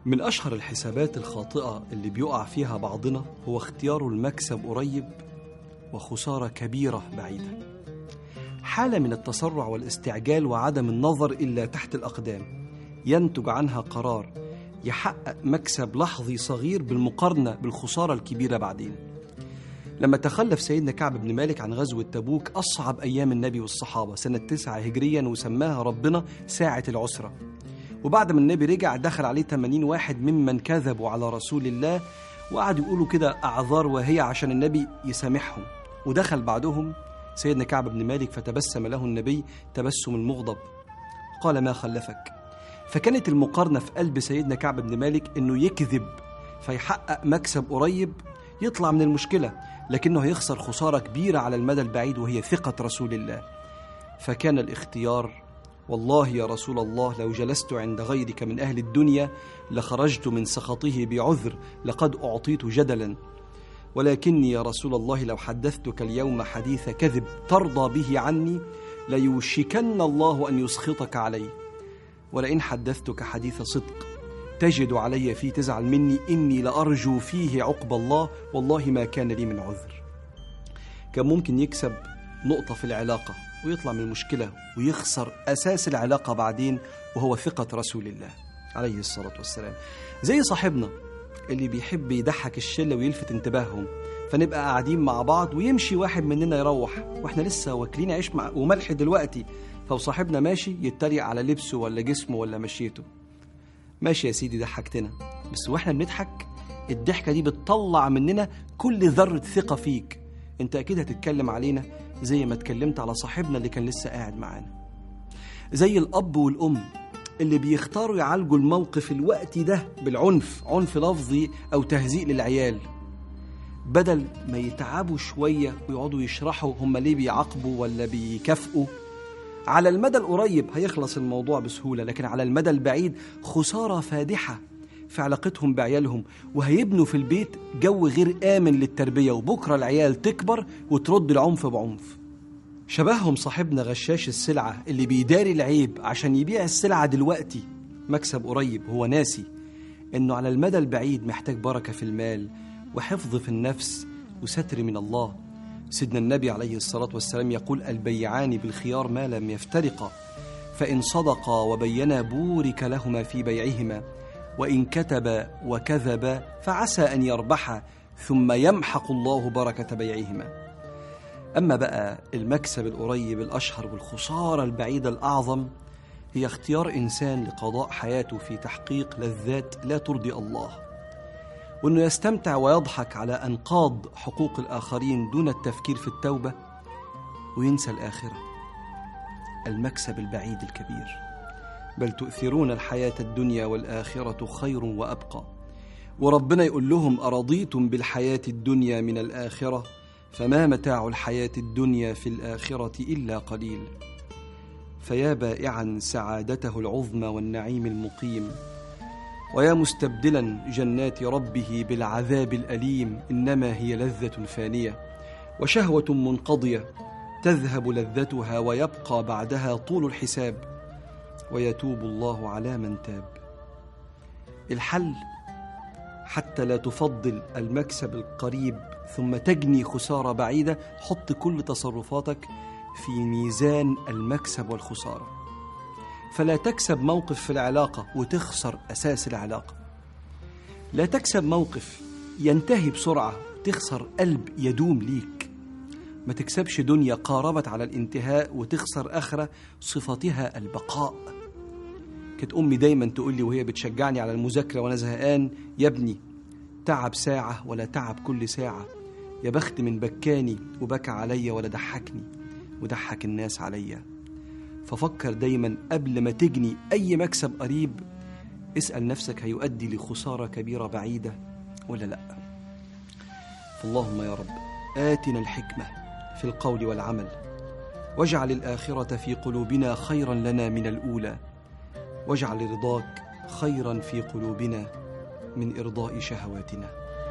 من أشهر الحسابات الخاطئة اللي بيقع فيها بعضنا هو اختيار المكسب قريب وخسارة كبيرة بعيدة. حالة من التسرع والاستعجال وعدم النظر إلا تحت الأقدام ينتج عنها قرار يحقق مكسب لحظي صغير بالمقارنة بالخسارة الكبيرة بعدين. لما تخلف سيدنا كعب بن مالك عن غزوة تبوك أصعب أيام النبي والصحابة سنة 9 هجريا، وسماها ربنا ساعة العسرة. وبعد ما النبي رجع دخل عليه 80 واحد ممن كذبوا على رسول الله، وقعدوا يقولوا كده أعذار وهي عشان النبي يسامحهم. ودخل بعدهم سيدنا كعب بن مالك فتبسم له النبي تبسم المغضب، قال ما خلفك. فكانت المقارنة في قلب سيدنا كعب بن مالك إنه يكذب فيحقق مكسب قريب يطلع من المشكلة، لكنه هيخسر خسارة كبيرة على المدى البعيد وهي ثقة رسول الله. فكان الاختيار: والله يا رسول الله لو جلست عند غيرك من أهل الدنيا لخرجت من سخطه بعذر، لقد أعطيت جدلا، ولكني يا رسول الله لو حدثتك اليوم حديث كذب ترضى به عني ليوشكن الله أن يسخطك علي، ولئن حدثتك حديث صدق تجد علي فيه تزعل مني إني لأرجو فيه عقب الله، والله ما كان لي من عذر. كان ممكن يكسب نقطة في العلاقة ويطلع من المشكلة ويخسر أساس العلاقة بعدين، وهو ثقة رسول الله عليه الصلاة والسلام. زي صاحبنا اللي بيحب يضحك الشلة ويلفت انتباههم، فنبقى قاعدين مع بعض ويمشي واحد مننا يروح واحنا لسه واكلين عيش وملح دلوقتي، فصاحبنا ماشي يتريق على لبسه ولا جسمه ولا مشيته. ماشي يا سيدي ضحكتنا، بس واحنا بنضحك الضحكة دي بتطلع مننا كل ذرة ثقة فيك، انت اكيد هتتكلم علينا زي ما اتكلمت على صاحبنا اللي كان لسه قاعد معانا. زي الأب والأم اللي بيختاروا يعالجوا الموقف الوقت ده بالعنف، عنف لفظي أو تهزيء للعيال، بدل ما يتعبوا شوية ويقعدوا يشرحوا هم ليه بيعاقبوا ولا بيكافئوا. على المدى القريب هيخلص الموضوع بسهولة، لكن على المدى البعيد خسارة فادحة في علاقتهم بعيالهم، وهيبنوا في البيت جو غير آمن للتربية، وبكرة العيال تكبر وترد العنف بعنف. شبههم صاحبنا غشاش السلعة اللي بيداري العيب عشان يبيع السلعة دلوقتي مكسب قريب، هو ناسي إنه على المدى البعيد محتاج بركة في المال وحفظ في النفس وستر من الله. سيدنا النبي عليه الصلاة والسلام يقول: البيعان بالخيار ما لم يفترقا، فإن صدقا وبينا بورك لهما في بيعهما، وإن كتب وكذب فعسى أن يربح ثم يمحق الله بركة بيعهما. أما بقى المكسب القريب الأشهر والخسارة البعيدة الأعظم هي اختيار إنسان لقضاء حياته في تحقيق لذات لا ترضي الله، وأنه يستمتع ويضحك على أنقاض حقوق الآخرين دون التفكير في التوبة، وينسى الآخرة، المكسب البعيد الكبير. بل تؤثرون الحياة الدنيا والآخرة خير وأبقى. وربنا يقول لهم: أرضيتم بالحياة الدنيا من الآخرة فما متاع الحياة الدنيا في الآخرة إلا قليل. فيا بائعا سعادته العظمى والنعيم المقيم، ويا مستبدلا جنات ربه بالعذاب الأليم، إنما هي لذة فانية وشهوة منقضية تذهب لذتها ويبقى بعدها طول الحساب، ويتوب الله على من تاب. الحل حتى لا تفضل المكسب القريب ثم تجني خسارة بعيدة، حط كل تصرفاتك في ميزان المكسب والخسارة، فلا تكسب موقف في العلاقة وتخسر أساس العلاقة، لا تكسب موقف ينتهي بسرعة وتخسر قلب يدوم ليك، ما تكسبش دنيا قاربت على الانتهاء وتخسر آخرة صفتها البقاء. كانت أمي دايما تقول لي وهي بتشجعني على المذاكرة وأنا زهقان: يا ابني تعب ساعة ولا تعب كل ساعة، يا بخت من بكاني وبكى عليا ولا ضحكني وضحك الناس عليا. ففكر دايما قبل ما تجني أي مكسب قريب، اسأل نفسك هيؤدي لخسارة كبيرة بعيدة ولا لا. فاللهم يا رب آتنا الحكمة في القول والعمل، واجعل الآخرة في قلوبنا خيرا لنا من الأولى، واجعل رضاك خيرا في قلوبنا من إرضاء شهواتنا.